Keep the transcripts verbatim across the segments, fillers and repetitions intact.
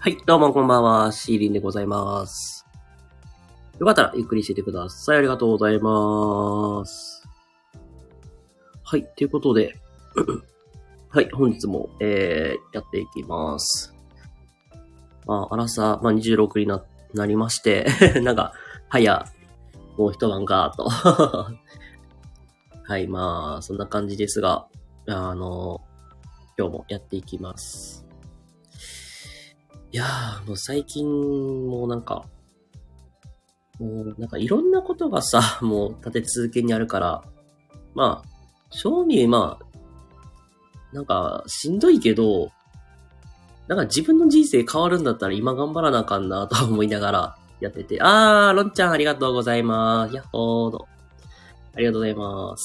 はい、どうもこんばんは、シーリンでございます。よかったらゆっくりしていてください。ありがとうございます。はい、ということで、はい、本日も、えー、やっていきます。まあ、あらさ、まあ、にじゅうろくにな、なりまして、なんか、早、もう一晩か、と。はい、まあ、そんな感じですが、あの、今日もやっていきます。いやー、もう最近、もうなんか、もうなんかいろんなことがさ、もう立て続けにあるから、まあ、正味、まあ、なんか、しんどいけど、なんか自分の人生変わるんだったら今頑張らなあかんなと思いながらやってて、あー、ロンちゃんありがとうございます。やっほーと。ありがとうございます。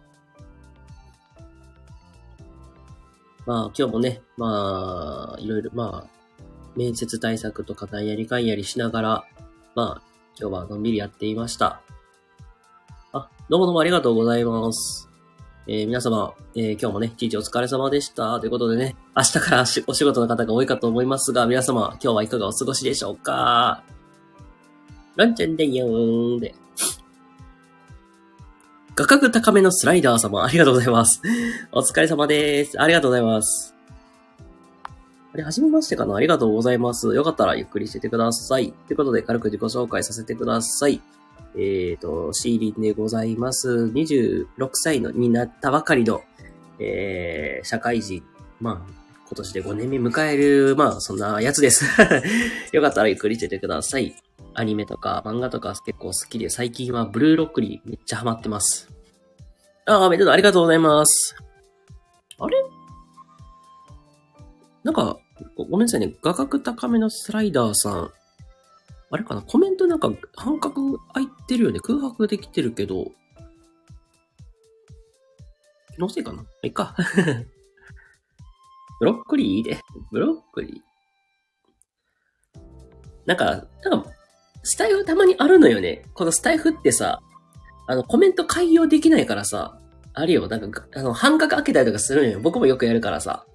まあ、今日もね、まあ、いろいろ、まあ、面接対策とかなんやりかんやりしながら、まあ、今日はのんびりやっていました。あ、どうもどうもありがとうございます。えー、皆様、えー、今日もね、一日お疲れ様でした。ということでね、明日からお仕事の方が多いかと思いますが、皆様、今日はいかがお過ごしでしょうか？ランちゃんでよーんで。画角高めのスライダー様、ありがとうございます。お疲れ様です。ありがとうございます。あれ、はじめましてかな？ありがとうございます。よかったらゆっくりしててください。ということで、軽く自己紹介させてください。えーと、シーリンでございます。にじゅうろくさいのになったばかりの、えー、社会人。まあ、今年でごねんめ迎える、まあ、そんなやつです。よかったらゆっくりしててください。アニメとか漫画とか結構好きで、最近はブルーロックにめっちゃハマってます。ああ、めでとう、ありがとうございます。あれなんか、ごめんなさいね。画角高めのスライダーさん。あれかなコメントなんか半角空いてるよね。空白できてるけど。気のせいかな？いっか。ブロッコリーで。ブロッコリー。なんか、なんか、スタイフたまにあるのよね。このスタイフってさ、あの、コメント開業できないからさ、あれよ、なんか、あの、半角開けたりとかするのよ。僕もよくやるからさ。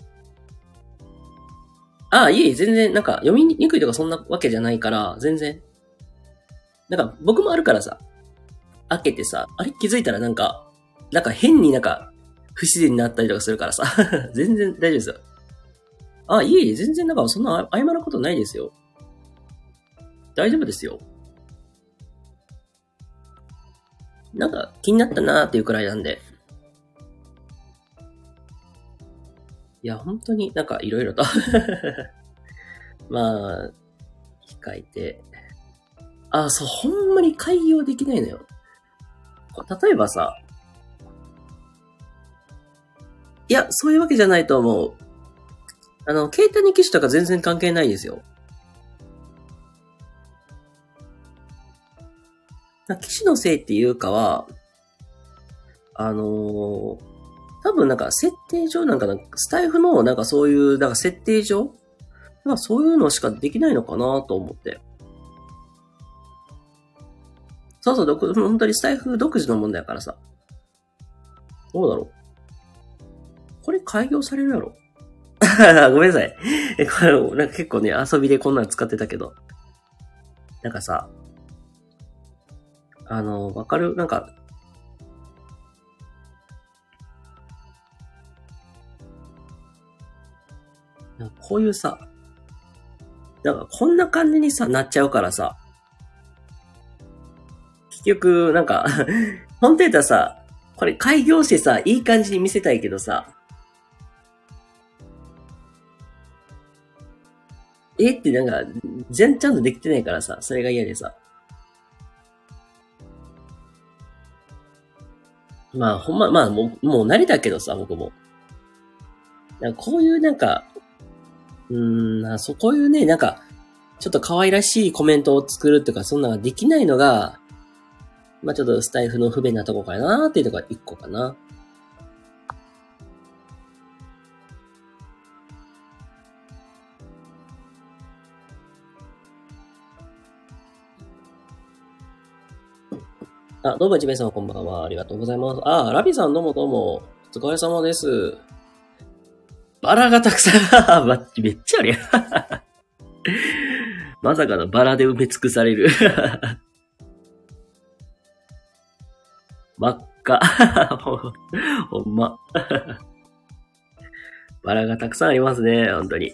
ああ、いえいえ、全然、なんか、読みにくいとかそんなわけじゃないから、全然。なんか、僕もあるからさ、開けてさ、あれ気づいたらなんか、なんか変になんか、不自然になったりとかするからさ、全然大丈夫ですよ。あ、いえいえ、全然なんか、そんな謝ることないですよ。大丈夫ですよ。なんか、気になったなーっていうくらいなんで。いや、本当になんか、いろいろと。まあ、控えて。あ、そう、ほんまに開業できないのよ。例えばさ、いや、そういうわけじゃないと思う。あの、携帯に機種とか全然関係ないですよ。機種のせいっていうかは、あのー、多分なんか設定上なんかな、スタイフのなんかそういう、なんか設定上なんかそういうのしかできないのかなと思って。そうそう、本当にスタイフ独自の問題だからさ。どうだろう。これ開業されるやろ。ごめんなさい。え、これ、なんか結構ね、遊びでこんなの使ってたけど。なんかさ、あの、わかるなんか、なんかこういうさ、なんかこんな感じにさ、なっちゃうからさ、結局、なんか、本当やったらさ、これ開業してさ、いい感じに見せたいけどさ、えってなんか、全ちゃんとできてないからさ、それが嫌でさ。まあ、ほんま、まあ、もう、もう慣れたけどさ、僕も。なんかこういうなんか、うーん、そう、こういうね、なんか、ちょっと可愛らしいコメントを作るとか、そんなのができないのが、まあちょっとスタイフの不便なとこかなーっていうのが一個かな。あ、どうも一名様こんばんは。ありがとうございます。あ、ラビさんどうもどうも。お疲れ様です。バラがたくさん、めっちゃあるやん。 まさかのバラで埋め尽くされる。真っ赤。ほんま。バラがたくさんありますね、本当に。い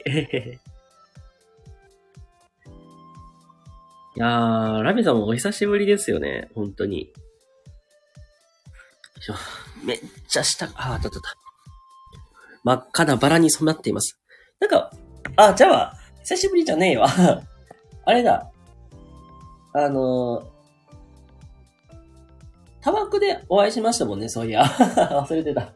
やー、ラビさんもお久しぶりですよね、本当に。めっちゃ下、あー、たたた。真っ赤なバラに染まっています。なんか、あ、じゃあ、久しぶりじゃねえわ。あれだ。あのー、タバコでお会いしましたもんね、そういや。忘れてた。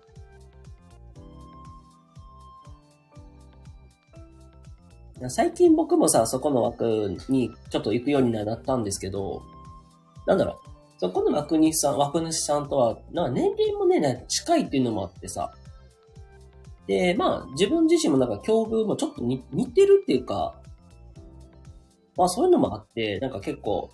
最近僕もさ、そこの枠にちょっと行くようになったんですけど、なんだろう。そこの枠主さん、枠主さんとは、なんか年齢もね、近いっていうのもあってさ。で、まあ、自分自身もなんか境遇もちょっと似似てるっていうか、まあそういうのもあって、なんか結構、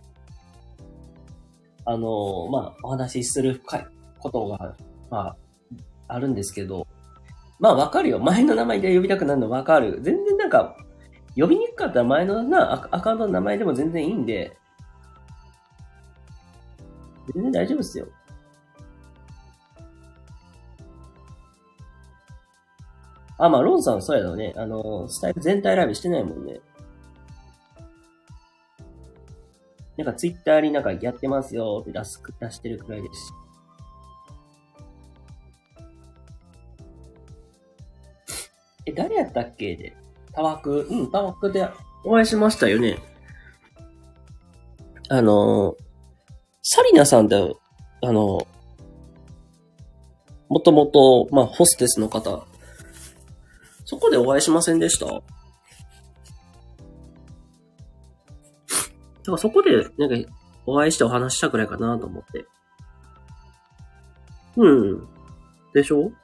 あのーまあ、お話しする深いことが、まあ、あるんですけど、まあわかるよ。前の名前で呼びたくなるのわかる。全然なんか、呼びにくかったら前のな、アアカウントの名前でも全然いいんで、全然大丈夫ですよ。あ、まあ、ロンさんそうやろうね。あの、スタイル全体ライブしてないもんね。なんかツイッターになんかやってますよって出す、出してるくらいです。え、誰やったっけで。タワク。うん、タワクでお会いしましたよね。あの、サリナさんって、あの、もともと、まあ、ホステスの方。そこでお会いしませんでした？だからそこで、なんか、お会いしてお話したくらいかなと思って。うん。でしょ？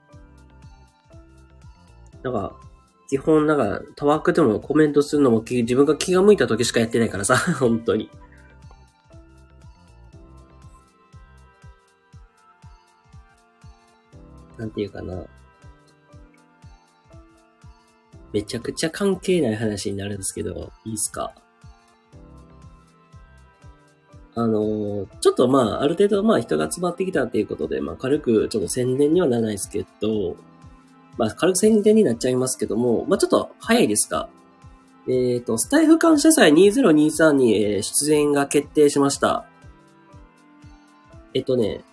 なんか、基本なんか、タワークでもコメントするのも自分が気が向いた時しかやってないからさ、本当に。なんていうかな。めちゃくちゃ関係ない話になるんですけど、いいっすか？あのー、ちょっとまあ、ある程度まあ人が集まってきたっていうことで、まあ軽くちょっと宣伝にはならないですけど、まあ軽く宣伝になっちゃいますけども、まあちょっと早いですか？えっと、スタイフ感謝祭にせんにじゅうさんにえー出演が決定しました。えっとね、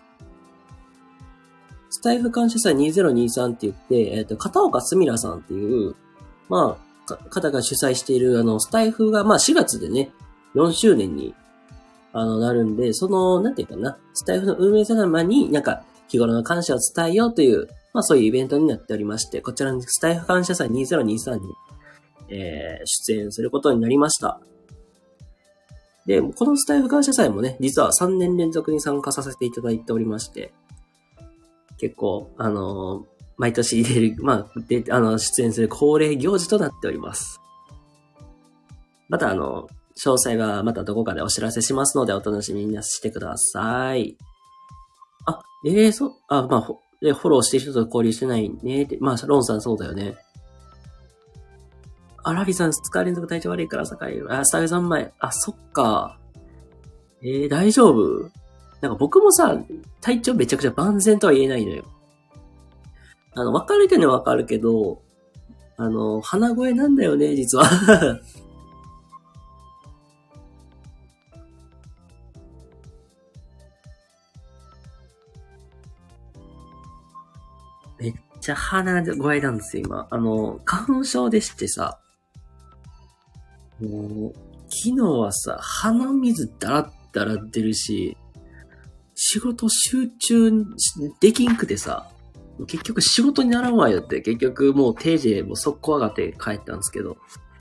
スタイフ感謝祭にせんにじゅうさんって言って、えっと、片岡すみらさんっていう、まあ、方が主催している、あの、スタイフが、まあしがつでね、よんしゅうねんにあの、なるんで、その、なんていうかな、スタイフの運営様になんか、日頃の感謝を伝えようという、まあそういうイベントになっておりまして、こちらのスタイフ感謝祭にせんにじゅうさんに、えー、出演することになりました。で、このスタイフ感謝祭もね、実はさんねん連続に参加させていただいておりまして、結構、あのー毎年出る、まあ、で、あの、出演する恒例行事となっております。また、あの、詳細はまたどこかでお知らせしますので、お楽しみにしてください。あ、ええー、そ、あ、まあ、フォローしてる人と交流してないねって。まあ、ロンさんそうだよね。あ、ラビさんふつか連続体調悪いからさかい。あ、スタイルさんまい。あ、そっか。えー、大丈夫？なんか僕もさ、体調めちゃくちゃ万全とは言えないのよ。あの、わかる人にはわかるけど、あの、鼻声なんだよね、実は。めっちゃ鼻声なんですよ、今。あの、花粉症でしてさ、もう、昨日はさ、鼻水だらだら出るし、仕事集中できんくてさ、結局仕事にならんわよって、結局もう定時でもう速攻上がって帰ったんですけど。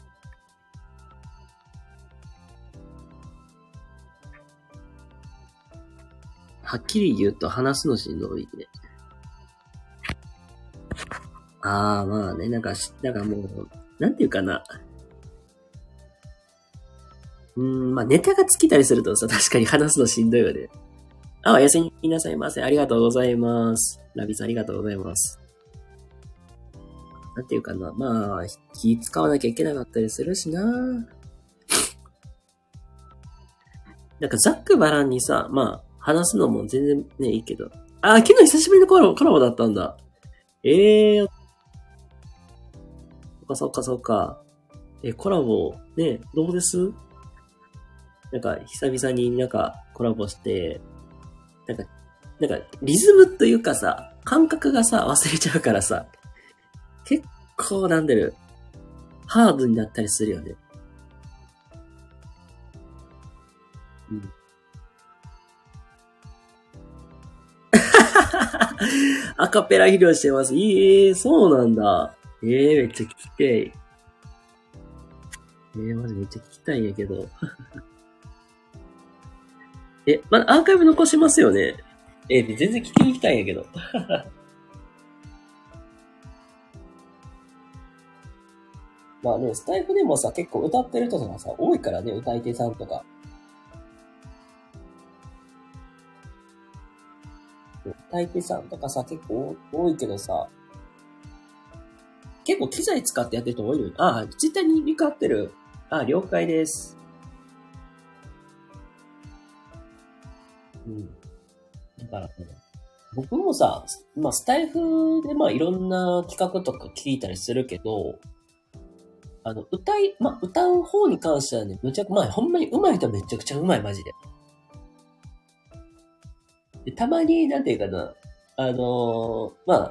はっきり言うと話すのしんどいね。ああ、まあね、なんか、なんかもう、なんていうかな。うーん、まあネタが尽きたりするとさ、確かに話すのしんどいよね。あ、おやすみなさいませ。ありがとうございます。ラビさんありがとうございます。 なんていうかな。まあ、気使わなきゃいけなかったりするしな。なんかザックバランにさ、まあ、話すのも全然ね、いいけど。あ、昨日久しぶりのコラボ、コラボだったんだ。ええー、そっかそっかそっか。え、コラボ、ね、どうですなんか、久々になんかコラボして、なんか、なんか、リズムというかさ、感覚がさ、忘れちゃうからさ、結構なんだろう、ハードになったりするよね。うん。アカペラ披露してます。ええー、そうなんだ。ええー、めっちゃ聞きたい。ええー、マジめっちゃ聞きたいんやけど。え、まだアーカイブ残しますよね。えー、全然聞きに行きたいんやけど。まあね、スタイフでもさ、結構歌ってる人とかさ、多いからね、歌い手さんとか。歌い手さんとかさ、結構多いけどさ、結構機材使ってやってる人多いのに。ああ、ツイッターに見かってる。ああ、了解です。うん。だからね、僕もさ、まあスタイフでまあいろんな企画とか聞いたりするけど、あの、歌い、まあ歌う方に関してはね、むちゃく、まあほんまに上手い人はめちゃくちゃ上手い、マジで。で、たまに、なんていうかな、あのーまあ、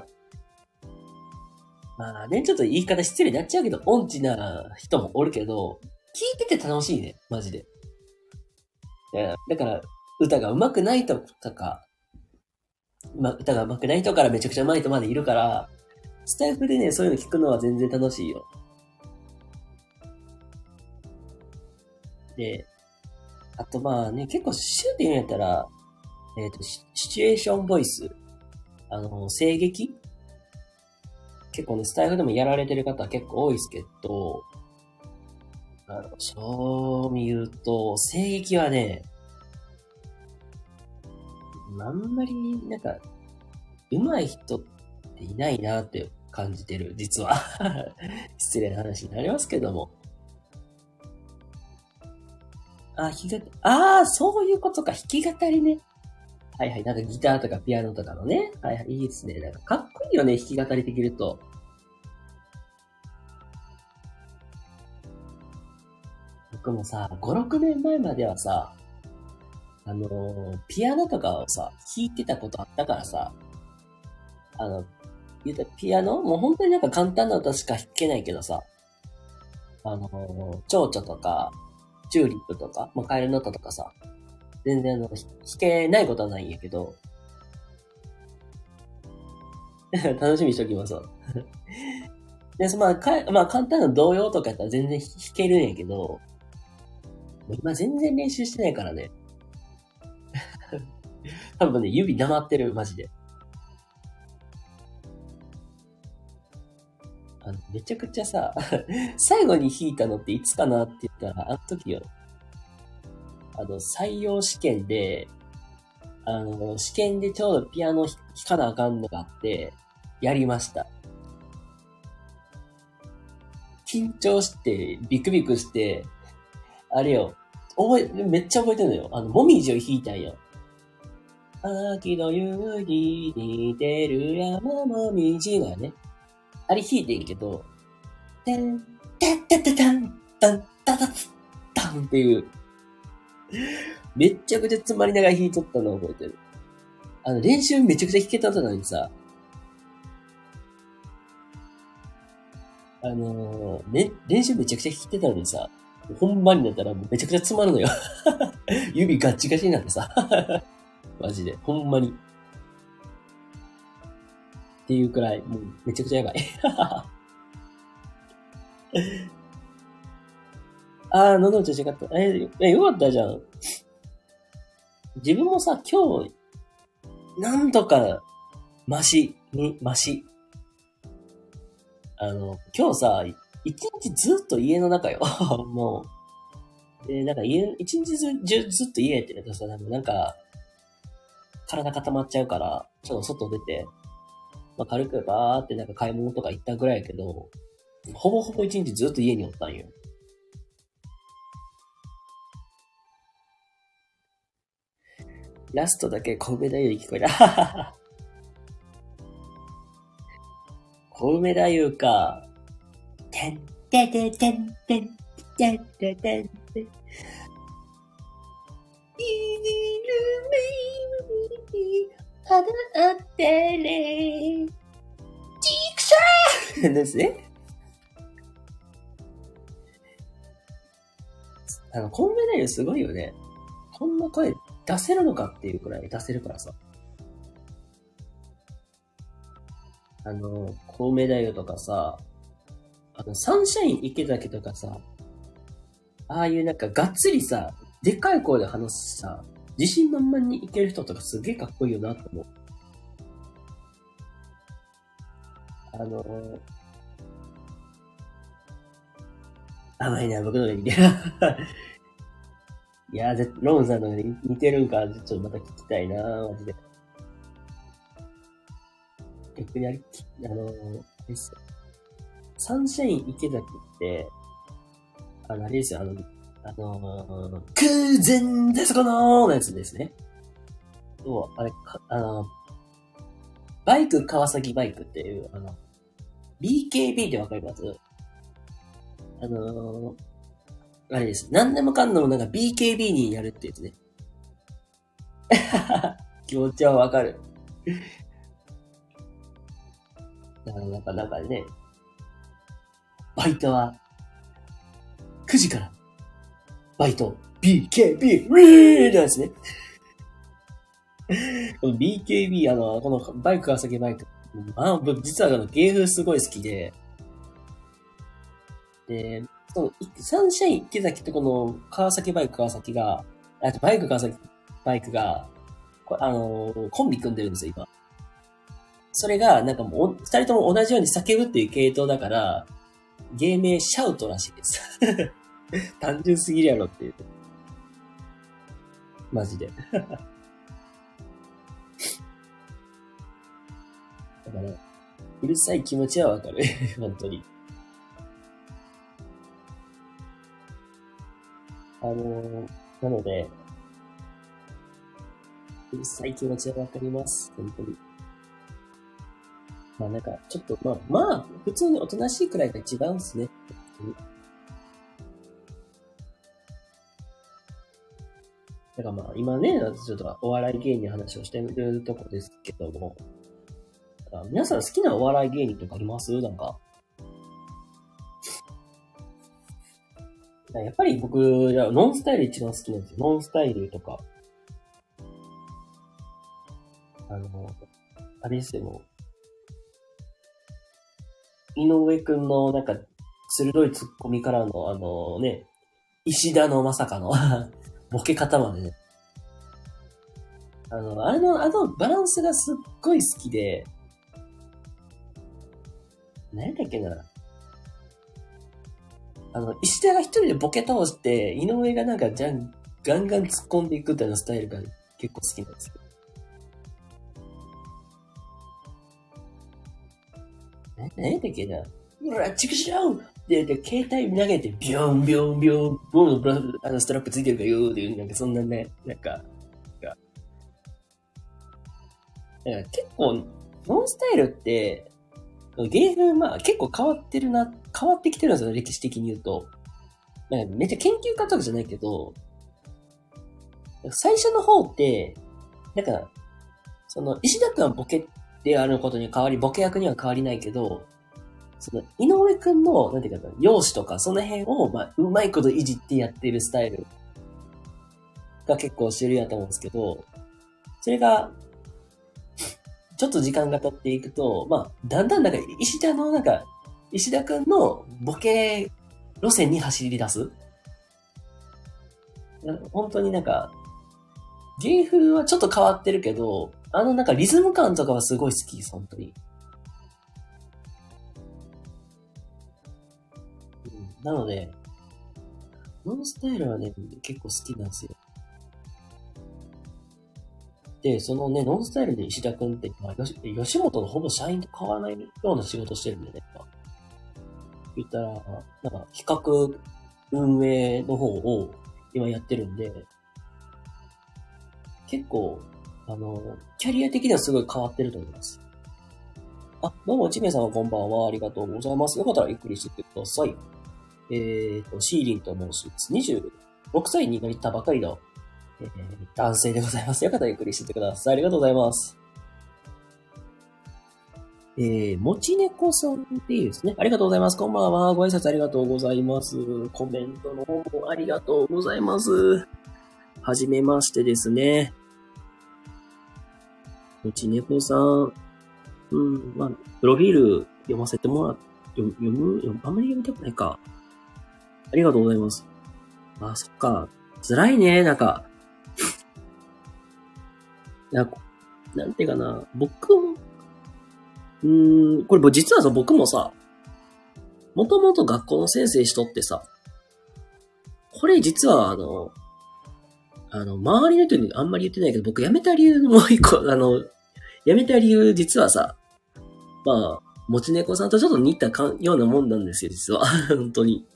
まあね、ちょっと言い方失礼になっちゃうけど、音痴な人もおるけど、聞いてて楽しいね、マジで。いやだから、歌が上手くない人とか、まあ、歌が上手くない人からめちゃくちゃ上手い人までいるから、スタイフでね、そういうの聞くのは全然楽しいよ。で、あとまあね、結構シューて言うんやったら、えっ、と、シシチュエーションボイス、あの、声劇結構ね、スタイフでもやられてる方は結構多いですけど、あの、正味言うと、声劇はね、あんまり、なんか、上手い人っていないなって感じてる、実は。失礼な話になりますけども。あ、弾き語り、ああ、そういうことか、弾き語りね。はいはい、なんかギターとかピアノとかのね。はいはい、いいですね。なんかかっこいいよね、弾き語りできると。僕もさ、ご、ろくねんまえまではさ、あのーピアノとかをさ、弾いてたことあったからさ、あの、言うたらピアノもう本当になんか簡単な歌しか弾けないけどさ、あのー、蝶々とか、チューリップとか、まあ、カエルの音とかさ、全然あの、弾けないことはないんやけど、楽しみにしときますわ。で、そまあ、か、まあ、簡単な童謡とかやったら全然弾けるんやけど、今全然練習してないからね。多分ね、指なまってる、マジで。あの、めちゃくちゃさ、最後に弾いたのっていつかなって言ったら、あの時よ。あの、採用試験で、あの、試験でちょうどピアノ弾かなあかんのがあって、やりました。緊張して、ビクビクして、あれよ、覚え、めっちゃ覚えてるのよ。あの、もみじを弾いたんよ。秋の夕日に出る山もみじがね。あれ弾いてんけど、てん、てってってたん、たん、たたつ、たんっていう、めっちゃくちゃ詰まりながら弾いとったのを覚えてる。あの、練習めちゃくちゃ弾けたのにさ、あのー、ね、練習めちゃくちゃ弾いてたのにさ、本番になったらもうめちゃくちゃ詰まるのよ。指ガッチガチになってさ。マジで。ほんまに。っていうくらい、もうめちゃくちゃやばい。あー、喉の調子よかった。え、え、よかったじゃん。自分もさ、今日、なんとか、マシ、に、マシ。あの、今日さ、一日ずっと家の中よ。もう。で、なんか家、一日ずずずっと家ってなったらさ、なんか、体固まっちゃうから、ちょっと外出て、 まあ、軽くバーってなんか買い物とか行ったぐらいやけど、ほぼほぼ一日ずっと家におったんよ。ラストだけ小梅太夫に聞こえた。小梅太夫か。てんてててんてんてんてんてんてん。いるめに放ってれ。ちくしょーですね。あの、コンビニすごいよね。こんな声出せるのかっていうくらい出せるからさ。あの、コウメ太夫とかさ、あの、サンシャイン池崎とかさ、ああいうなんかがっつりさ、でっかい声で話すさ、自信満々にいける人とかすげえかっこいいよなって思う。あのー、甘いな、僕のが似てる。いやー、ぜローンさんのが似てるんか、ちょっとまた聞きたいなー、マジで。逆にあれ、あのー、あれですよ。サンシャイン池崎って、あの、あれですよ、あの、あのー、空前でそこのーのやつですね。そう、あれ、かあの、バイク川崎バイクっていう、あの、ビーケービー ってわかります？あのー、あれです。何でもかんでもなんか ビーケービー にやるってやつね。気持ちはわかる。だからなんか、なんかね、バイトはくじから、バイト ビーケービー ウィーなんですね。この ビーケービー、あの、このバイク川崎バイク、あ僕実はあの芸風すごい好きで、で、その、サンシャイン池崎ってこの川崎バイク川崎が、あとバイク川崎バイクが、これあのーコンビ組んでるんですよ、今。それが、なんかもう、二人とも同じように叫ぶっていう系統だから、芸名シャウトらしいです。単純すぎるやろっていう。マジで。だから、うるさい気持ちはわかる。本当に。あのー、なので、うるさい気持ちはわかります。本当に。まあなんか、ちょっと、まあ、まあ、普通におとなしいくらいが一番ですね。だからまあ、今ね、ちょっとお笑い芸人の話をしてるとこですけども、皆さん好きなお笑い芸人とかあります？なんか。やっぱり僕、ノンスタイル一番好きなんですよ。ノンスタイルとか。あの、あれですよ、井上くんのなんか、鋭いツッコミからの、あのね、石田のまさかのボケ方までね。あの、あの、あのバランスがすっごい好きで、何だっけな。あの、石田が一人でボケ倒して、井上がなんかじゃん、ガンガン突っ込んでいくっていうのスタイルが結構好きなんですよ。な、何だっけな。うわ、チクショーで、で、携帯投げて、ビョンビョンビョン、ボーンのあのストラップついてるかよーっていう、なんかそんなね、なんか、なんか結構、ノンスタイルって、芸風、まあ結構変わってるな、変わってきてるんですよ、歴史的に言うと。なんかめっちゃ研究家とかじゃないけど、最初の方って、なんか、その、石田くんはボケであることに変わり、ボケ役には変わりないけど、その、井上くんの、なんていうかな、容姿とか、その辺を、まあ、うまいこといじってやってるスタイルが結構主流やと思うんですけど、それが、ちょっと時間が経っていくと、まあ、だんだんなんか、石田のなんか、石田くんのボケ路線に走り出す。本当になんか、芸風はちょっと変わってるけど、あのなんかリズム感とかはすごい好きです、本当に。うん、なので、ノンスタイルはね、結構好きなんですよ。 で、そのね、ノンスタイルで石田くんって、まあ、吉吉本のほぼ社員と変わらないような仕事してるんでね。言ったら、なんか企画運営の方を今やってるんで、結構、あの、キャリア的にはすごい変わってると思います。あ、どうも、ちめさんはこんばんは。ありがとうございます。よかったらゆっくりしてください。えーと、シーリンと申します。にじゅうろくさいになったばかりの、えー、男性でございます。よかったらゆっくりしてください。ありがとうございます。えー、もちねこさんでいいですね。ありがとうございます。こんばんは。ご挨拶ありがとうございます。コメントの方もありがとうございます。はじめましてですね。もちねこさん。うん、まあ、プロフィール読ませてもらっ、読読む読むあんまり読みたくないか。ありがとうございます。あ、そっか。辛いね、なんか。な、なんていうかな。僕も、うーん、これ実はさ、僕もさ、もともと学校の先生しとってさ、これ実はあの、あの、周りの人にあんまり言ってないけど、僕辞めた理由もう一個、あの、辞めた理由実はさ、まあ、もちねこさんとちょっと似たかようなもんなんですよ、実は。本当に。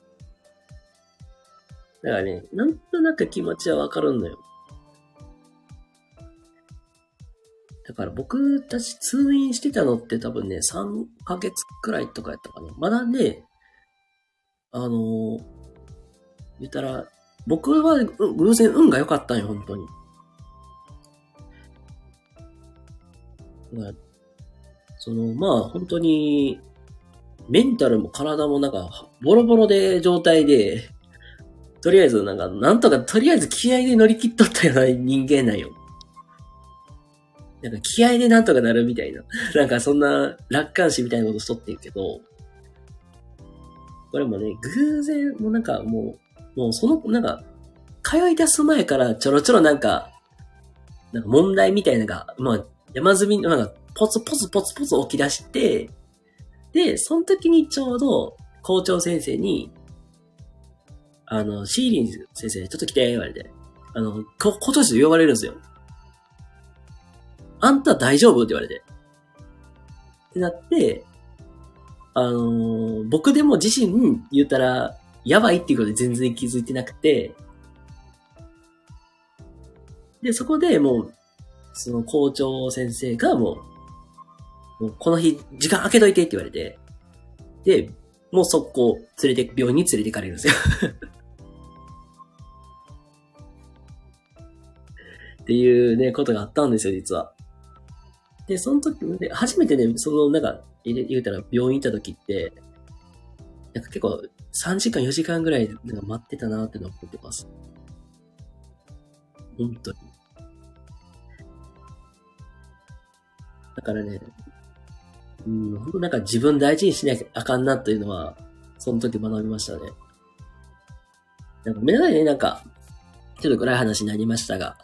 だからね、なんとなく気持ちはわかるんだよ。だから僕たち通院してたのって多分ね、さんかげつくらいとかやったかな。まだね、あのー、言ったら、僕は偶然運が良かったんよ、本当に。だからその、まあ、本当に、メンタルも体もなんか、ボロボロで状態で、とりあえずなんか、なんとか、とりあえず気合で乗り切っとったような人間なんよ。なんか気合でなんとかなるみたいな。なんかそんな楽観視みたいなことしとってんけど、これもね、偶然、もうなんかもう、もうその、なんか、通い出す前からちょろちょろなんか、なんか問題みたいなのが、まあ、山積み、なんか、ポツポツポツポツ起き出して、で、その時にちょうど、校長先生に、あの、シーリン先生、ちょっと来て、言われて。あの、こ校長室呼ばれるんですよ。あんた大丈夫って言われて。ってなって、あのー、僕でも自身言ったら、やばいっていうことで全然気づいてなくて、で、そこでもう、その校長先生がもう、もうこの日、時間空けといてって言われて、で、もう速攻、連れて、病院に連れて行かれるんですよ。っていうね、ことがあったんですよ、実は。で、その時で、初めてね、その、なんか、言うたら病院行った時って、なんか結構さんじかんよじかんぐらいなんか待ってたなーってのを覚えてます。本当に。だからね、うん、本当なんか自分大事にしなきゃあかんなというのは、その時学びましたね。なんかごめんなさいね、なんか、ちょっと暗い話になりましたが。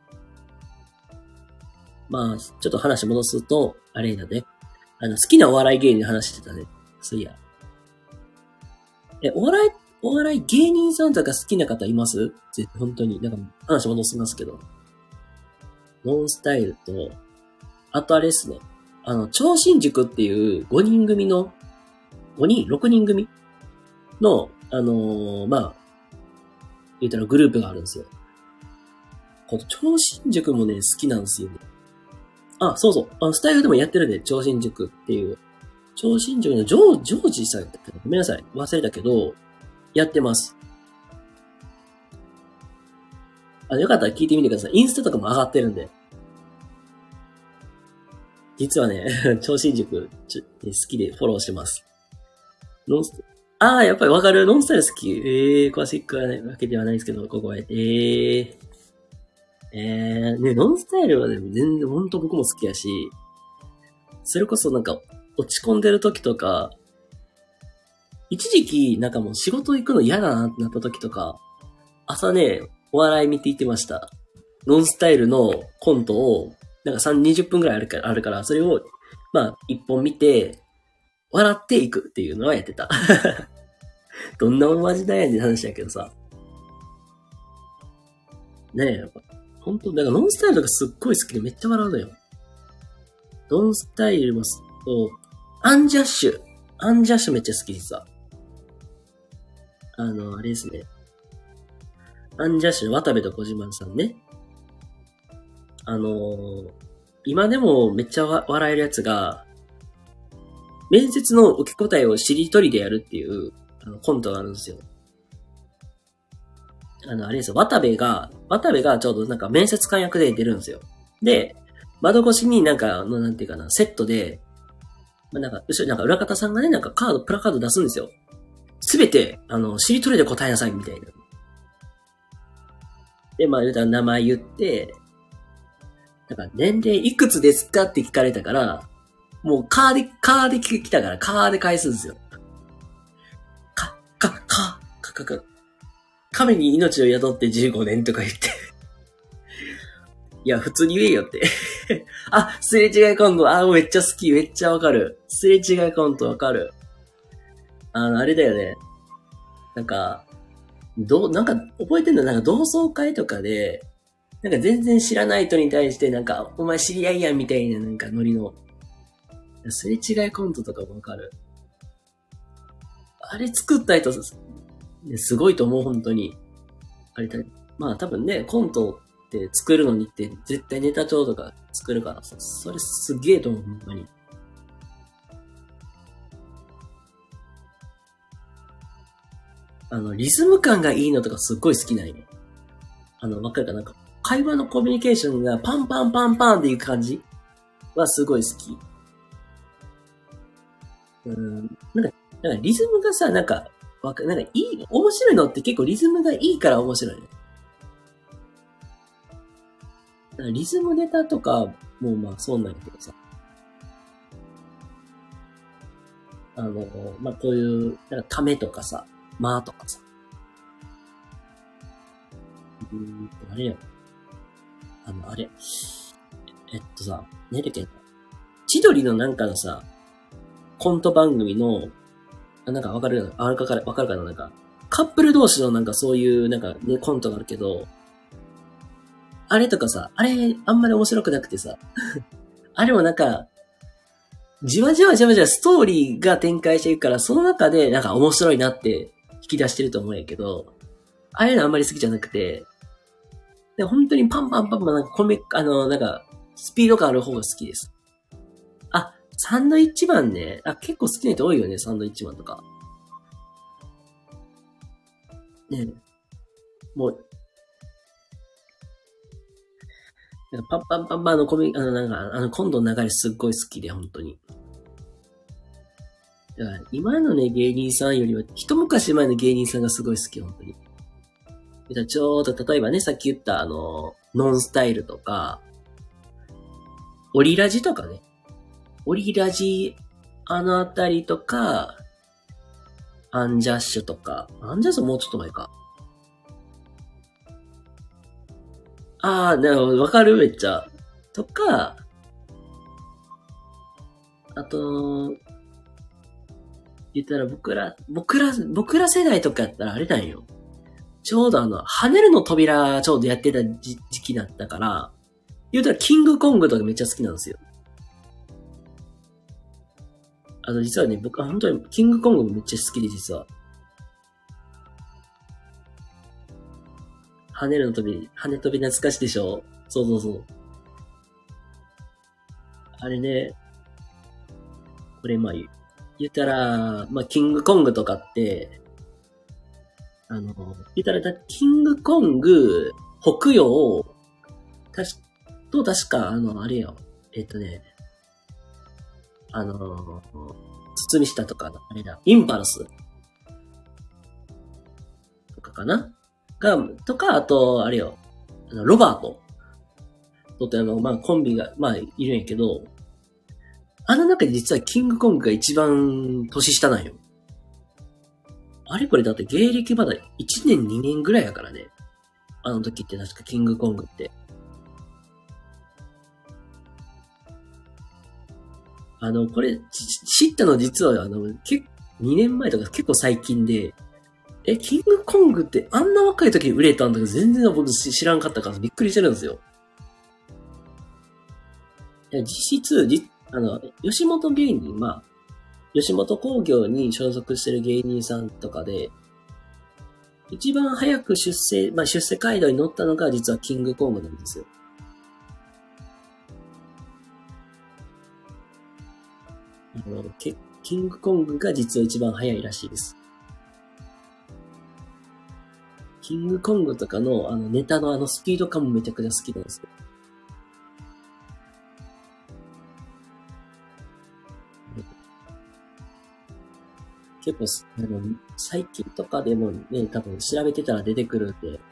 まあ、ちょっと話戻すと、あれだね。あの、好きなお笑い芸人の話してたね。そういや。え、お笑い、お笑い芸人さんとか好きな方いますぜ本当に。なんか話戻しますけど。ノンスタイルと、あとあれですね。あの、超新塾っていうごにん組の、ごにん ?ろく 人組の、あのー、まあ、言ったらグループがあるんですよ。この超新塾もね、好きなんですよね。あ、そうそう。あの、スタイルでもやってるね。超新塾っていう。超新塾のジョー、ジョージさんやったっけ？ごめんなさい。忘れたけど、やってます。あの、よかったら聞いてみてください。インスタとかも上がってるんで。実はね、超新塾好きでフォローしてます。ノンスああ、やっぱりわかる。ノンスタイル好き。ええー、詳しくはないわけではないですけど、ここは。ええー。えー、ね、ノンスタイルはね、全然ほんと僕も好きやし、それこそなんか、落ち込んでる時とか、一時期なんかもう仕事行くの嫌だなってなった時とか、朝ね、お笑い見て行ってました。ノンスタイルのコントを、なんかさん、にじゅっぷんくらいあるから、あるから、それを、まあ、一本見て、笑っていくっていうのはやってた。どんなおまじないやねん話やけどさ。ねえ、やっぱ、 本当だからノンスタイルとかすっごい好きでめっちゃ笑うのよ。ノンスタイルもそう、アンジャッシュ。アンジャッシュめっちゃ好き実は。あの、あれですね。アンジャッシュの渡部と小島さんね。あのー、今でもめっちゃ笑えるやつが、面接の受け答えをしりとりでやるっていうあのコントがあるんですよ。あの、あれですよ。渡部が、渡部がちょうどなんか面接官役で出るんですよ。で、窓越しになんか、あの、なんていうかな、セットで、まあ、なんか、後ろになんか裏方さんがね、なんかカード、プラカード出すんですよ。すべて、あの、しりとりで答えなさい、みたいな。で、まあ、言うたら名前言って、なんか、年齢いくつですかって聞かれたから、もう、カーで、カーで来たから、カーで返すんですよ。か、か、か、か、か、か、神に命を宿ってじゅうごねんとか言って。いや、普通に言えよって。あ、すれ違いコント。あ、めっちゃ好き。めっちゃわかる。すれ違いコントわかる。あの、あれだよね。なんか、どう、なんか、覚えてんのなんか同窓会とかで、なんか全然知らない人に対して、なんか、お前知り合いやんみたいな、なんかノリの。すれ違いコントとかもわかる。あれ作った人、すごいと思う、本当に。あれだ、まあ多分ね、コントって作るのにって絶対ネタ帳とか作るからさ、それすげえと思う、ほんまに。あの、リズム感がいいのとかすっごい好きなんよ。あの、わかるかななんか、会話のコミュニケーションがパンパンパンパンっていう感じはすごい好き。うん、なんか、なんかリズムがさ、なんか、わか、なんかいい、面白いのって結構リズムがいいから面白いね。だからリズムネタとかもまあそうなんやけどさ。あの、まあこういう、なんかためとかさ、まあとかさ。うーんと、あれよ。あの、あれ。えっとさ、ねだっけ千鳥のなんかのさ、コント番組の、あなんかわかるあわかるわかるかななんか、カップル同士のなんかそういうなんかね、コントがあるけど、あれとかさ、あれあんまり面白くなくてさ、あれもなんか、じわじわじわじわストーリーが展開していくから、その中でなんか面白いなって引き出してると思うんやけど、ああいうのあんまり好きじゃなくて、で本当にパンパンパンパンなんかコミあの、なんか、スピード感ある方が好きです。あ、サンドイッチマンね。あ、結構好きな人多いよね、サンドイッチマンとか。ねもう、なんかパンパンパンパンのコミ、あの、なんか、あの、今度の流れすっごい好きで、本当に。だから今のね、芸人さんよりは、一昔前の芸人さんがすごい好き、本当に。ちょうど、例えばね、さっき言った、あの、ノンスタイルとか、オリラジとかね。オリラジ、あのあたりとか、アンジャッシュとか、アンジャッシュもうちょっと前か。あー、なるほど、わかるめっちゃ。とか、あと、言ったら僕ら、僕ら、僕ら世代とかやったらあれなんよ。ちょうどあの、跳ねるの扉ちょうどやってた時期だったから、言うたらキングコングとかめっちゃ好きなんですよ。あの、実はね、僕は本当にキングコングもめっちゃ好きで、実は。跳ねるの扉、跳ね飛び懐かしいでしょそうそうそう。あれね、これまあ言う。言ったら、まあ、キングコングとかって、あの、言ったら、キングコング、北洋、たし、と確か、あの、あれよ。えっとね、あの、包み下とかの、あれだ、インパルスとかかなが、とか、あと、あれよ、あのロバートとってあの、まあ、コンビが、まあ、いるんやけど、あの中で実はキングコングが一番年下なんよ。あれこれだって芸歴まだいちねんにねんぐらいやからね。あの時って確かキングコングって。あの、これ、知ったの実はあの、結にねんまえとか結構最近で、 え、キングコングってあんな若い時に売れたんだけど、全然僕知らんかったからびっくりしてるんですよ。いや、実質、じ、あの、吉本芸人、まあ、吉本興業に所属してる芸人さんとかで、一番早く出世、まあ出世街道に乗ったのが実はキングコングなんですよ。あの、キングコングが実は一番早いらしいです。キングコングとかのあのネタのあのスピード感もめちゃくちゃ好きなんですよ。結構、あの、最近とかでもね、多分調べてたら出てくるんで、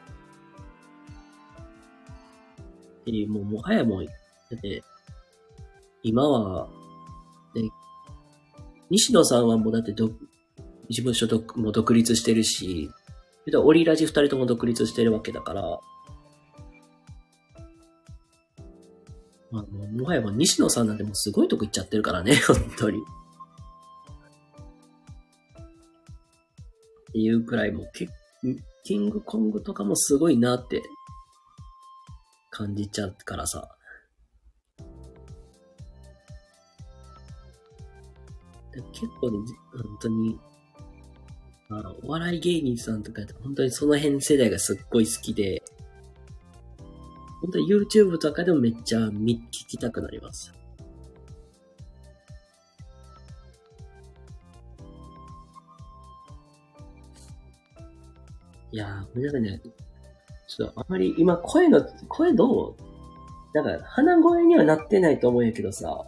っていう、もう、もはやもう、だって、今は、ね、西野さんはもうだってど、事務所ども独立してるし、オリラジ二人とも独立してるわけだから、まあ、もうもはやもう西野さんなんてもうすごいとこ行っちゃってるからね、本当に。っていうくらいもうけ、キングコングとかもすごいなって感じちゃうからさ。結構ね、本当に、あの、お笑い芸人さんとかって本当にその辺世代がすっごい好きで、本当に YouTube とかでもめっちゃ見、聞きたくなります。いやー、なんかね、ちょっとあまり今声の、声どうなんか鼻声にはなってないと思うんやけどさ、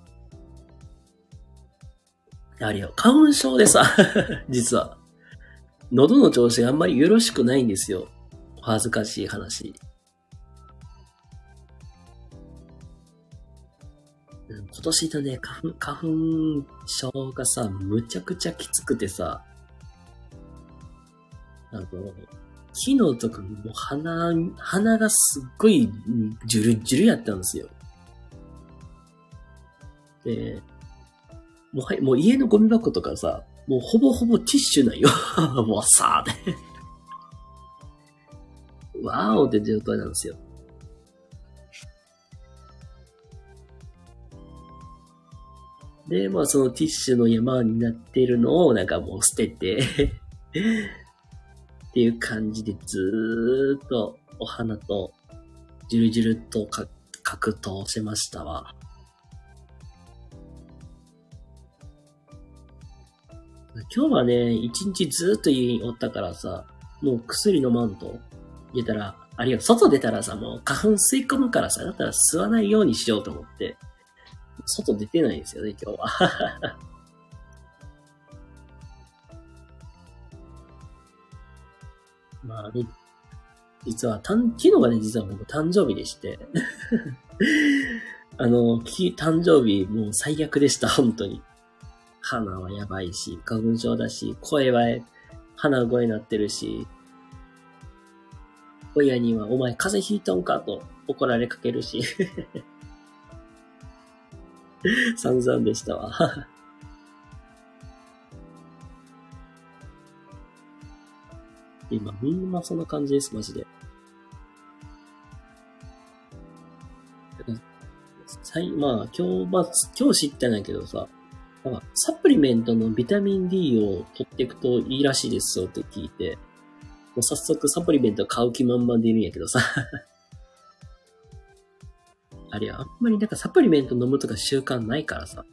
あれよ、花粉症でさ、実は、喉の調子があんまりよろしくないんですよ。恥ずかしい話。今年のね、花粉、花粉症がさ、むちゃくちゃきつくてさ、あの、昨日とかもう鼻、鼻がすっごいジュルジュルやったんですよ。で、もうはい、もう家のゴミ箱とかさ、もうほぼほぼティッシュなんよ。もうさーで。わーおって状態なんですよ。で、まあそのティッシュの山になってるのをなんかもう捨ててっていう感じでずーっとお花とジュルジュルとか格闘しましたわ。今日はね、一日ずーっと家におったからさ、もう薬飲まんと出たら、あるいは外出たらさ、もう花粉吸い込むからさ、だったら吸わないようにしようと思って、外出てないんですよね、今日は。まあね、実は、たん、昨日がね、実は僕誕生日でしてあの、き、誕生日もう最悪でした、本当に。鼻はやばいし、花粉症だし、声は鼻声になってるし、親にはお前風邪ひいとんかと怒られかけるし、散々でしたわ。今みんなそんな感じです、マジで。まあ、今日、まあ、今日知ったんだけどさ、なんか、サプリメントのビタミン D を取っていくといいらしいですよって聞いて、もう早速サプリメント買う気満々でいるんやけどさ。あれ、あんまりなんかサプリメント飲むとか習慣ないからさ。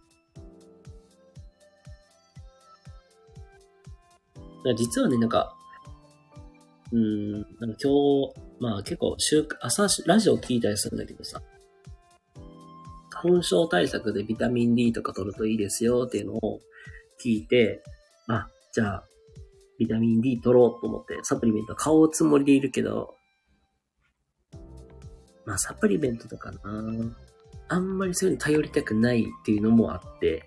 実はね、なんか、うーん、なんか今日、まあ結構週、朝ラジオ聞いたりするんだけどさ、花粉症対策でビタミン D とか取るといいですよっていうのを聞いて、あ、じゃあ、ビタミン D 取ろうと思ってサプリメント買おうつもりでいるけど、まあサプリメントとかな、あんまりそういうの頼りたくないっていうのもあって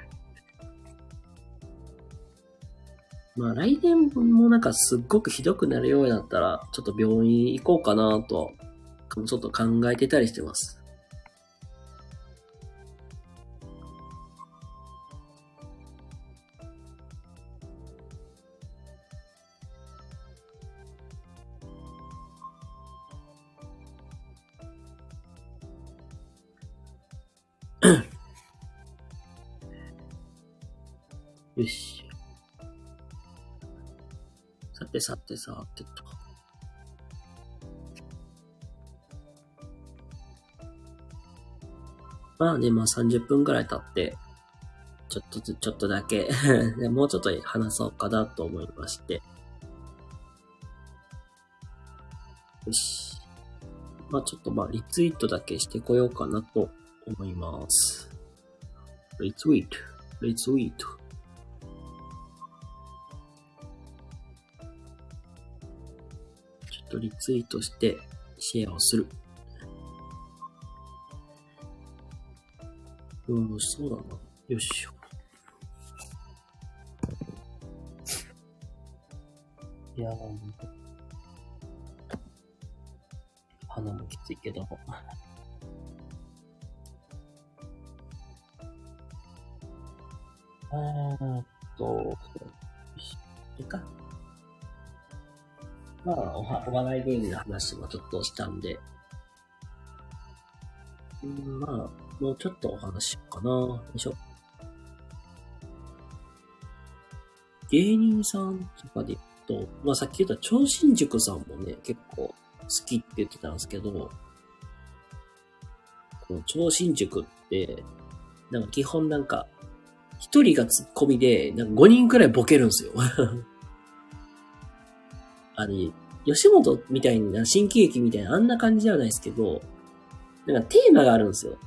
まあ来年もなんかすっごくひどくなるようになったら、ちょっと病院行こうかなと、ちょっと考えてたりしてます。 よし。さてさてさてと。まあね、まあさんじゅっぷんくらい経って、ちょっとず、ちょっとだけもうちょっと話そうかなと思いまして。よし。まあちょっとまあリツイートだけしてこようかなと思います。リツイート、リツイート。ちょっとリツイートしてシェアをする。うん、そうだな。よしよ。いやー、鼻もきついけど。えーっと、よし、いいか。まあ、おは、お笑い芸人の話もちょっとしたんで、うん、まあ、もうちょっとお話しようかな。よいしょ。芸人さんとかで言うと、まあさっき言った超新塾さんもね、結構好きって言ってたんですけど、この超新塾って、なんか基本なんか、一人がツッコミで、なんかごにんくらいボケるんですよ。あの、吉本みたいな新喜劇みたいなあんな感じではないですけど、なんかテーマがあるんですよ。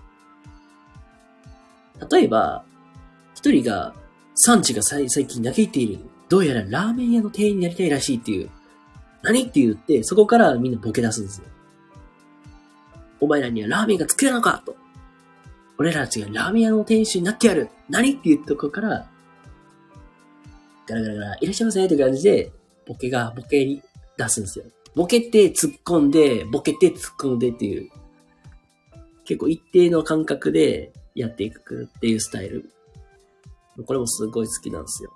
例えば、一人が、産地が最近嘆いている。どうやらラーメン屋の店員になりたいらしいっていう。何って言って、そこからみんなボケ出すんですよ。お前らにはラーメンが作れるのかと。俺らたちがラーメン屋の店主になってやる。何っていうとこから、ガラガラガラ、いらっしゃいませって感じで、ボケがボケに出すんですよ。ボケて突っ込んで、ボケて突っ込んでっていう、結構一定の感覚でやっていくっていうスタイル。これもすごい好きなんですよ。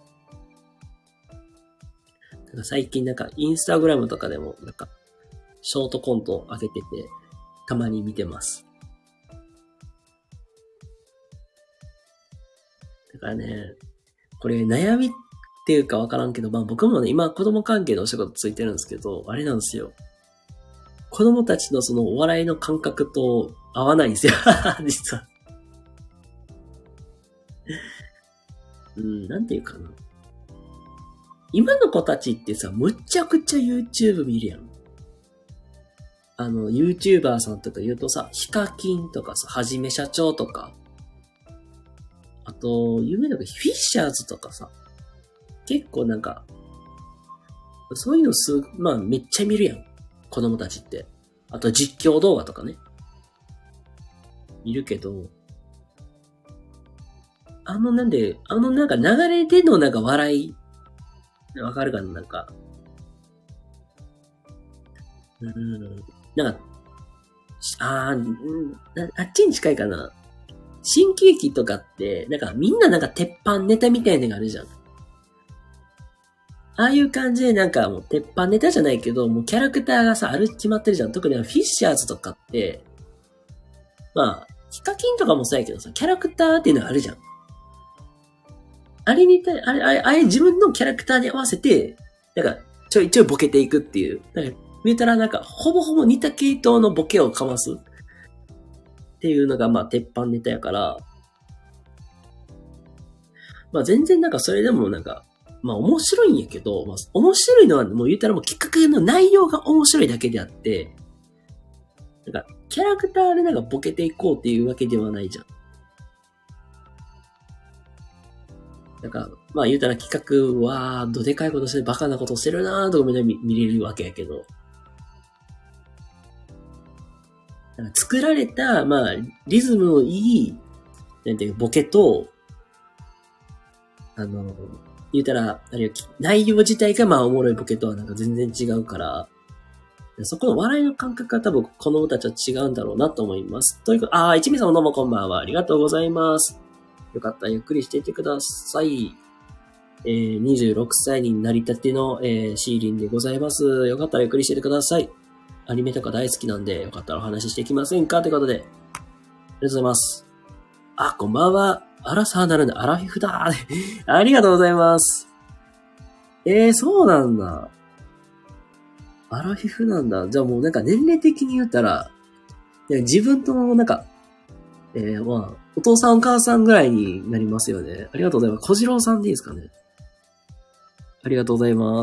だから最近なんかインスタグラムとかでもなんかショートコントを上げててたまに見てます。だからね、これ悩みっていうかわからんけど、まあ僕もね、今子供関係のお仕事ついてるんですけど、あれなんですよ。子供たちのそのお笑いの感覚と合わないんですよ。実は。うん、なんていうかな。今の子たちってさ、むちゃくちゃ YouTube 見るやん。あの、YouTuber さんとか言うとさ、ヒカキンとかさ、はじめ社長とか、あと、有名なのがフィッシャーズとかさ、結構なんか、そういうのす、まあめっちゃ見るやん。子供たちって。あと実況動画とかね。見るけど、あのなんで、あのなんか流れでのなんか笑い、わかるかななんか。うーん。なんか、あー、あっちに近いかな。新喜劇とかって、なんかみんななんか鉄板ネタみたいなのがあるじゃん。ああいう感じでなんかもう鉄板ネタじゃないけど、もうキャラクターがさ、ある決まってるじゃん。特にフィッシャーズとかって、まあ、ヒカキンとかもそうやけどさ、キャラクターっていうのがあるじゃん。あれに対、あれ、あれ、あれ自分のキャラクターに合わせて、なんか、ちょいちょいボケていくっていう。なんか、見たらなんか、ほぼほぼ似た系統のボケをかますっていうのが、まあ、鉄板ネタやから、まあ、全然なんかそれでもなんか、まあ、面白いんやけど、まあ、面白いのはもう言ったらもう企画の内容が面白いだけであって、なんか、キャラクターでなんかボケていこうっていうわけではないじゃん。なんか、まあ言うたら企画は、どでかいことしてる、バカなことしてるなーとかみんな見見れるわけやけど、なんか作られた、まあ、リズムのいい、なんていうボケと、あの、言うたら、あるいは内容自体がまあおもろいボケとはなんか全然違うから、そこの笑いの感覚が多分子供たちは違うんだろうなと思います。というか、あー、一味さんもどうもこんばんは。ありがとうございます。よかったらゆっくりしていってください。えー、にじゅうろくさいになりたての、えー、シーリンでございます。よかったらゆっくりしていてください。アニメとか大好きなんで、よかったらお話ししていきませんかということで、ありがとうございます。 あ、こんばんは。アラサーならぬアラフィフだ。ありがとうございます。えー、そうなんだ。アラフィフなんだ。じゃあもうなんか年齢的に言ったら、いや自分となんか、えー、まあ、お父さんお母さんぐらいになりますよね。ありがとうございます。小次郎さんでいいですかね。ありがとうございます。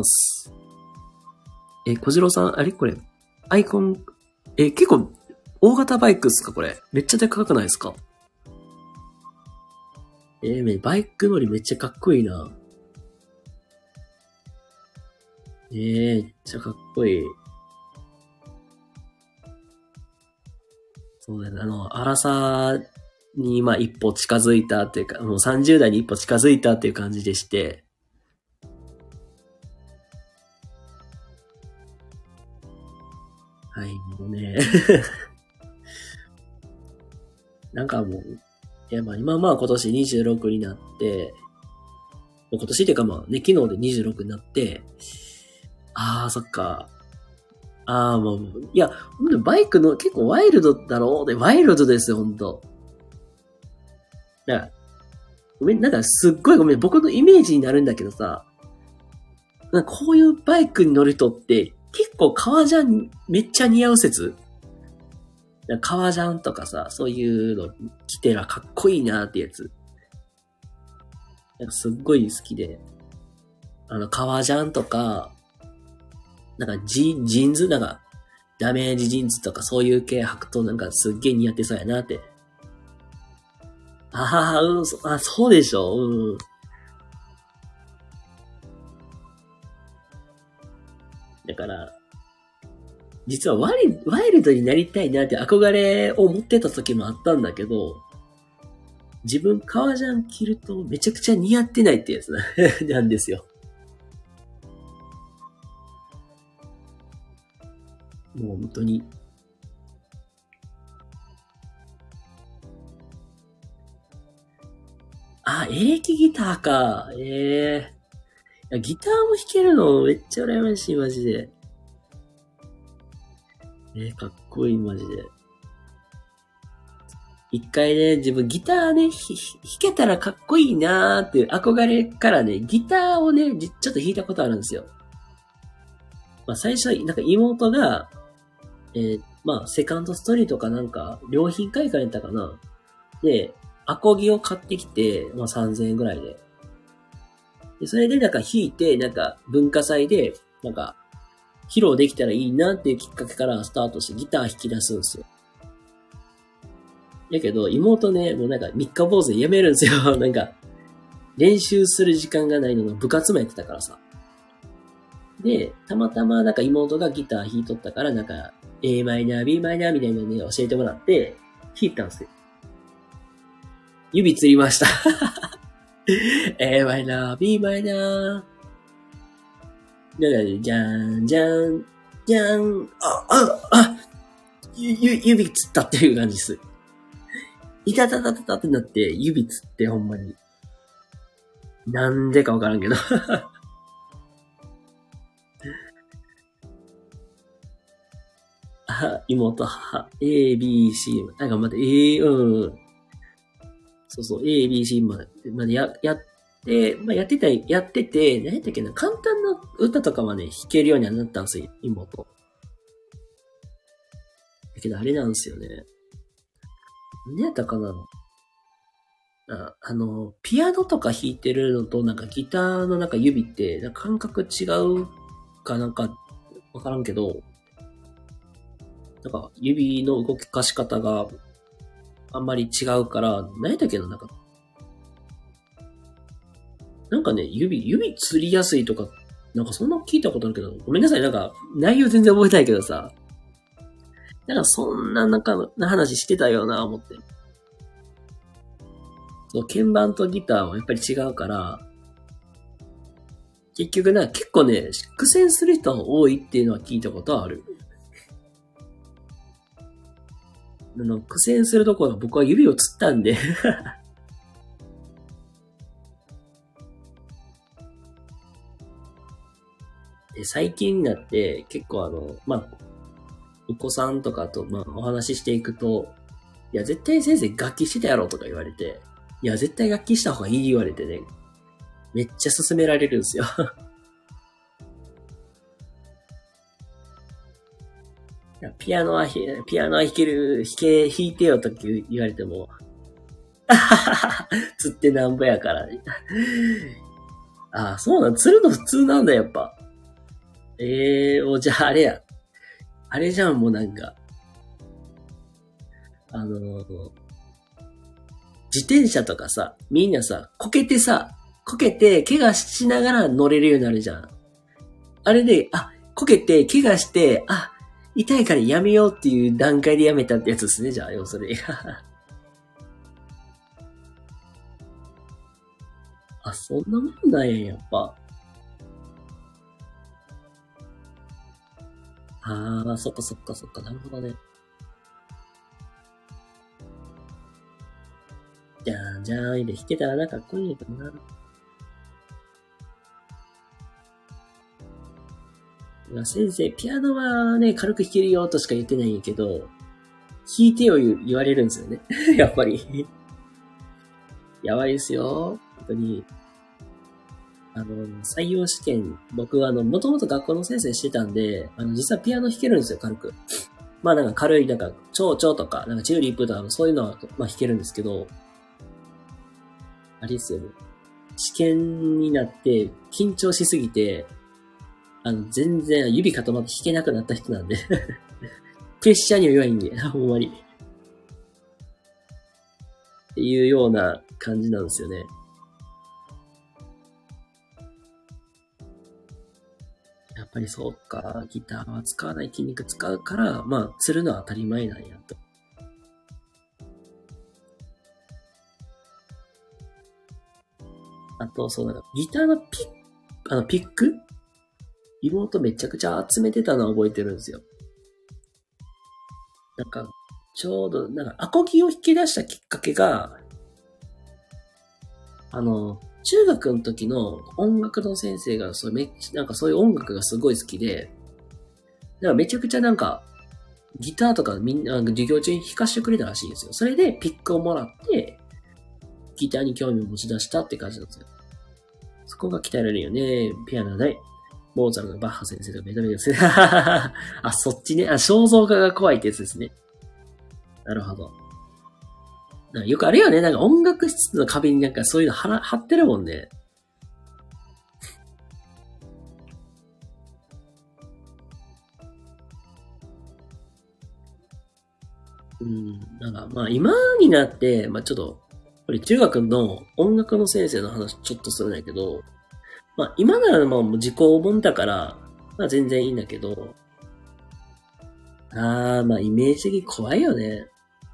え、小次郎さん、あれこれ、アイコン、え、結構、大型バイクっすかこれ。めっちゃでかくないですか？えー、バイク乗りめっちゃかっこいいな。えー、めっちゃかっこいい。そうだね。あの、荒さに、まあ、一歩近づいたっていうか、もうさんじゅう代に一歩近づいたっていう感じでして。はい、もうね。なんかもう、いや、まあ、今まあ今年にじゅうろくになって、今年っていうかまあね、昨日でにじゅうろくになって、ああ、そっか。ああ、もう、いや、ほんとバイクの結構ワイルドだろうで、ワイルドですよ、ほんと。だから、ごめん、なんかすっごいごめん、僕のイメージになるんだけどさ、なんかこういうバイクに乗る人って、結構革ジャンめっちゃ似合う説革ジャンとかさ、そういうの着てらかっこいいなってやつ。なんかすっごい好きで。あの、革ジャンとか、なんかジ、ジーンズなんか、ダメージジーンズとかそういう系履くとなんかすっげえ似合ってそうやなって。ああ、うん、そあ、そうでしょ、うん。だから、実はワイワイルドになりたいなって憧れを持ってた時もあったんだけど、自分革ジャン着るとめちゃくちゃ似合ってないってやつなんですよ。もう本当に。あ、エレキギターか。ええー、ギターも弾けるのめっちゃ羨ましい、マジで。えー、かっこいい、マジで。一回ね、自分ギターね、弾けたらかっこいいなーっていう憧れからね、ギターをね、ちょっと弾いたことあるんですよ。まあ最初は、なんか妹が、えー、まあセカンドストリートかなんか、良品会館やったかな。で、アコギを買ってきて、まあさんぜんえんぐらいで。で、それでなんか弾いて、なんか文化祭で、なんか、披露できたらいいなっていうきっかけからスタートしてギター弾き出すんですよ。だけど、妹ね、もうなんか三日坊主でやめるんですよ。なんか、練習する時間がないのが部活もやってたからさ。で、たまたまなんか妹がギター弾いとったから、なんか、A マイナー、B マイナーみたいなのね、教えてもらって、弾いたんですよ。指つりました。A マイナー、B マイナー。だから、じゃーん、じゃーん、じゃーん、あ、あ、あ、ゆ、ゆ、指つったっていう感じです。いたたたたたってなって、指つってほんまに。なんでかわからんけど。あ、妹、母、A, B, C、なんかまた、A、うん。そうそう、A, B, C まで、までや、やって、まあ、やってた、やってて、何やったっけな、簡単な歌とかはね、弾けるようにはなったんですよ、妹。だけどあれなんですよね。何やったかなああの、ピアノとか弾いてるのと、なんかギターのなんか指って、なんか感覚違うかなんか、わからんけど、なんか指の動かし方があんまり違うから、何やったっけな、なんか、なんかね、指、指釣りやすいとか、なんかそんな聞いたことあるけど、ごめんなさい、なんか内容全然覚えたいけどさ、なんかそんななんかな話してたよな、思って。そう、鍵盤とギターはやっぱり違うから、結局な、結構ね、苦戦する人が多いっていうのは聞いたことはある。あの、苦戦するところは僕は指をつったんでで、最近になって結構あの、まあ、お子さんとかと、まあ、お話ししていくと、 いや、絶対先生楽器してたやろとか言われて、いや、絶対楽器した方がいい言われてね、めっちゃ勧められるんですよ。いやピアノは、ピアノは弾ける、弾け、弾いてよとか言われても、つってなんぼやからね。ああ、そうなん、釣るの普通なんだ、やっぱ。ええー、お、じゃああれや。あれじゃん、もうなんか。あのー、自転車とかさ、みんなさ、こけてさ、こけて、怪我しながら乗れるようになるじゃん。あれで、あ、こけて、怪我して、あ、痛いからやめようっていう段階でやめたってやつですね、じゃあ、要するに。あ、そんなもんなんや、やっぱ。ああ、そっかそっかそっか、なるほどね。じゃんじゃーんで弾けたらなんかかっこいいんやけどな。いや先生、ピアノはね、軽く弾けるよとしか言ってないんやけど、弾いてよ言われるんですよね。やっぱり。やばいですよ。本当に。あの、採用試験、僕はあの、もともと学校の先生してたんで、あの、実はピアノ弾けるんですよ、軽く。まあなんか軽い、なんか、蝶々とか、なんかチューリップとか、そういうのは、まあ弾けるんですけど、あれですよね。試験になって、緊張しすぎて、あの、全然指固まって弾けなくなった人なんでプレッシャーには弱いんで、ほんまに。っていうような感じなんですよね。やっぱりそうか、ギターは使わない筋肉使うから、まあ、釣るのは当たり前なんやと。あと、そうなんか、ギターのピッ、あの、ピック妹めちゃくちゃ集めてたのは覚えてるんですよ。なんか、ちょうど、なんか、アコギを引き出したきっかけが、あの、中学の時の音楽の先生が、そうめっちゃ、なんかそういう音楽がすごい好きで、だからめちゃくちゃなんか、ギターとかみんな授業中に弾かしてくれたらしいんですよ。それでピックをもらって、ギターに興味を持ち出したって感じなんですよ。そこが鍛えられるよね。ピアノはない。モーツァルト、バッハ先生とかめちゃめちゃですね。あ、そっちね。あ、肖像画が怖いってやつですね。なるほど。なんかよくあるよね。なんか音楽室の壁になんかそういうの貼貼ってるもんね。うん。なんかまあ今になって、まあちょっと、これ中学の音楽の先生の話ちょっとするんだけど、まあ今ならまあもう時効もんだから、まあ全然いいんだけど、あーまあイメージ的に怖いよね。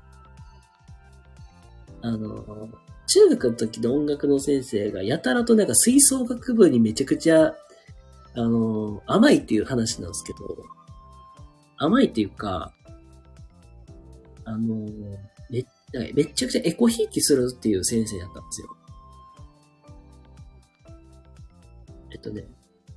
あの、中学の時の音楽の先生がやたらとなんか吹奏楽部にめちゃくちゃ、あの、甘いっていう話なんですけど、甘いっていうか、あの、め、めちゃくちゃエコひいきするっていう先生だったんですよ。えっとね、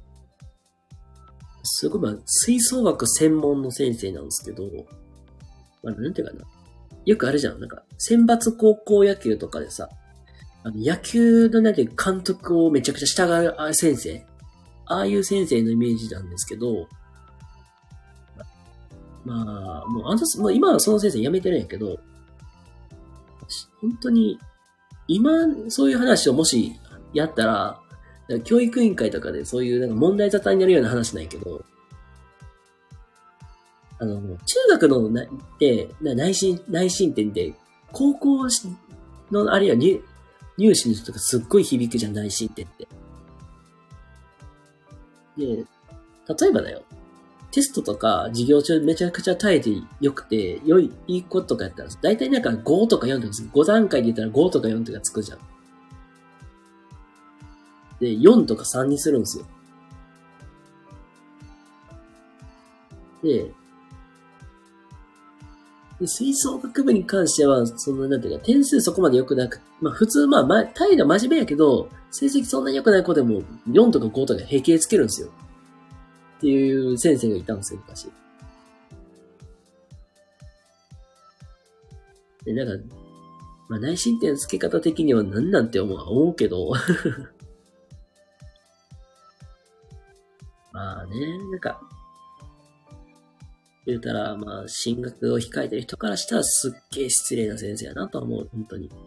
すごい、まあ、吹奏楽専門の先生なんですけど、まあ、なんていうかな。よくあるじゃん。なんか、選抜高校野球とかでさ、あの、野球のなんていう監督をめちゃくちゃ従う先生。ああいう先生のイメージなんですけど、まあ、もうあの、もう今はその先生辞めてるんやけど、本当に、今、そういう話をもしやったら、教育委員会とかでそういうなんか問題沙汰になるような話ないけど、あの、中学のな、で、な内申、内申点で、高校の、あるいは入、入試の人とかすっごい響くじゃん、内申点って。で、例えばだよ。テストとか授業中めちゃくちゃ耐えてよくて、良い、いい子とかやったら、だいたいなんかごとかよんとか、ご段階で言ったらごとかよんとかつくじゃん。で、よんとかさんにするんですよ。で、で吹奏楽部に関しては、その、なんていうか、点数そこまで良くなく、まあ普通、まあ、ま、態度真面目やけど、成績そんなに良くない子でも、よんとかごとか平気でつけるんですよ。っていう先生がいたんですよ、昔。 で、なんか、まあ内申点の付け方的には何なんて思う思うけど、まあね、なんか、言うたら、まあ、進学を控えてる人からしたらすっげえ失礼な先生やなとは思う、本当に。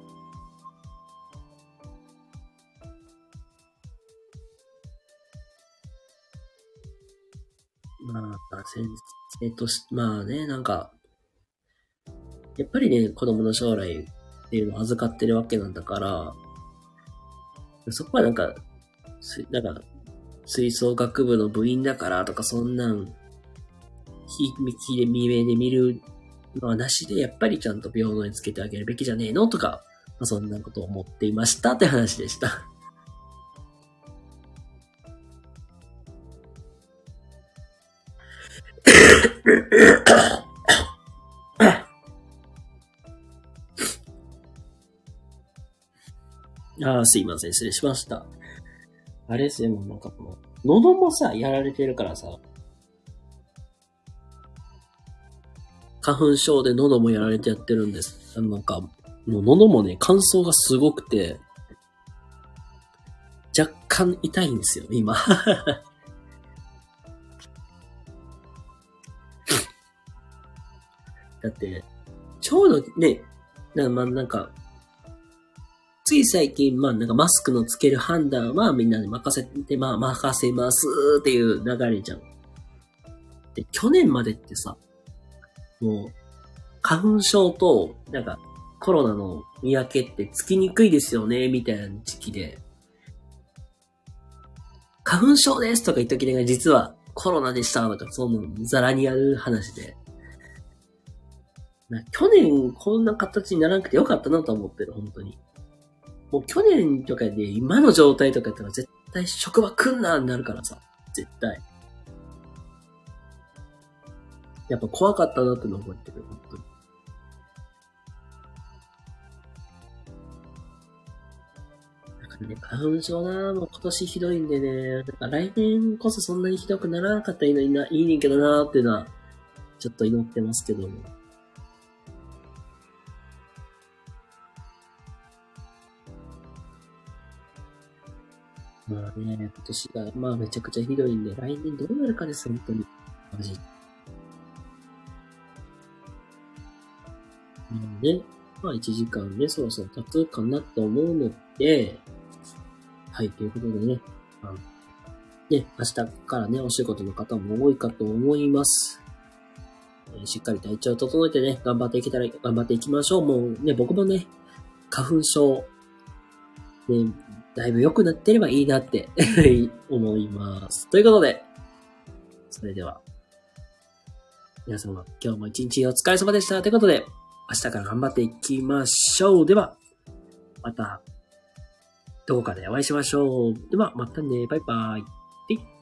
まあ、先生とし、まあね、なんか、やっぱりね、子供の将来っていうのを預かってるわけなんだから、そこはなんか、すなんか、吹奏楽部の部員だからとか、そんなん、ひ、ひで、見目で見るのはなしで、やっぱりちゃんと平等につけてあげるべきじゃねえのとか、まあ、そんなことを思っていましたって話でした。ああ、すいません。失礼しました。あれですね、もうなんかこの、喉もさ、やられてるからさ、花粉症で喉もやられてやってるんです。なんか、もう喉もね、乾燥がすごくて、若干痛いんですよ、今。だって、ちょうどね、なまあ、なんか、つい最近、まあなんかマスクのつける判断はみんなに任せて、まあ任せますっていう流れじゃん。で、去年までってさ、もう、花粉症と、なんか、コロナの見分けってつきにくいですよね、みたいな時期で、花粉症ですとか言っときながら実はコロナでしたとか、そのザラにやる話で、な去年こんな形にならなくてよかったなと思ってる、本当に。もう去年とかで今の状態とかやったら絶対職場来んなになるからさ。絶対。やっぱ怖かったなっての覚えてる、本当に。なんかね、花粉症なもう今年ひどいんでね、なんか来年こそそんなにひどくならなかったらいいのにな、いいねんけどなーっていうのは、ちょっと祈ってますけども。まあね、今年が、まあめちゃくちゃひどいんで、来年どうなるかです、本当に。マジ。なんで、まあいちじかんね、そろそろ経つかなと思うので、はい、ということでね、あのね、明日からね、お仕事の方も多いかと思います。えーしっかり体調を整えてね、頑張っていけたら、頑張っていきましょう。もうね、僕もね、花粉症、ね、だいぶ良くなってればいいなって思います。ということで、それでは、皆様、今日も一日お疲れ様でした。ということで、明日から頑張っていきましょう。では、また、どこかでお会いしましょう。では、またね。バイバイ。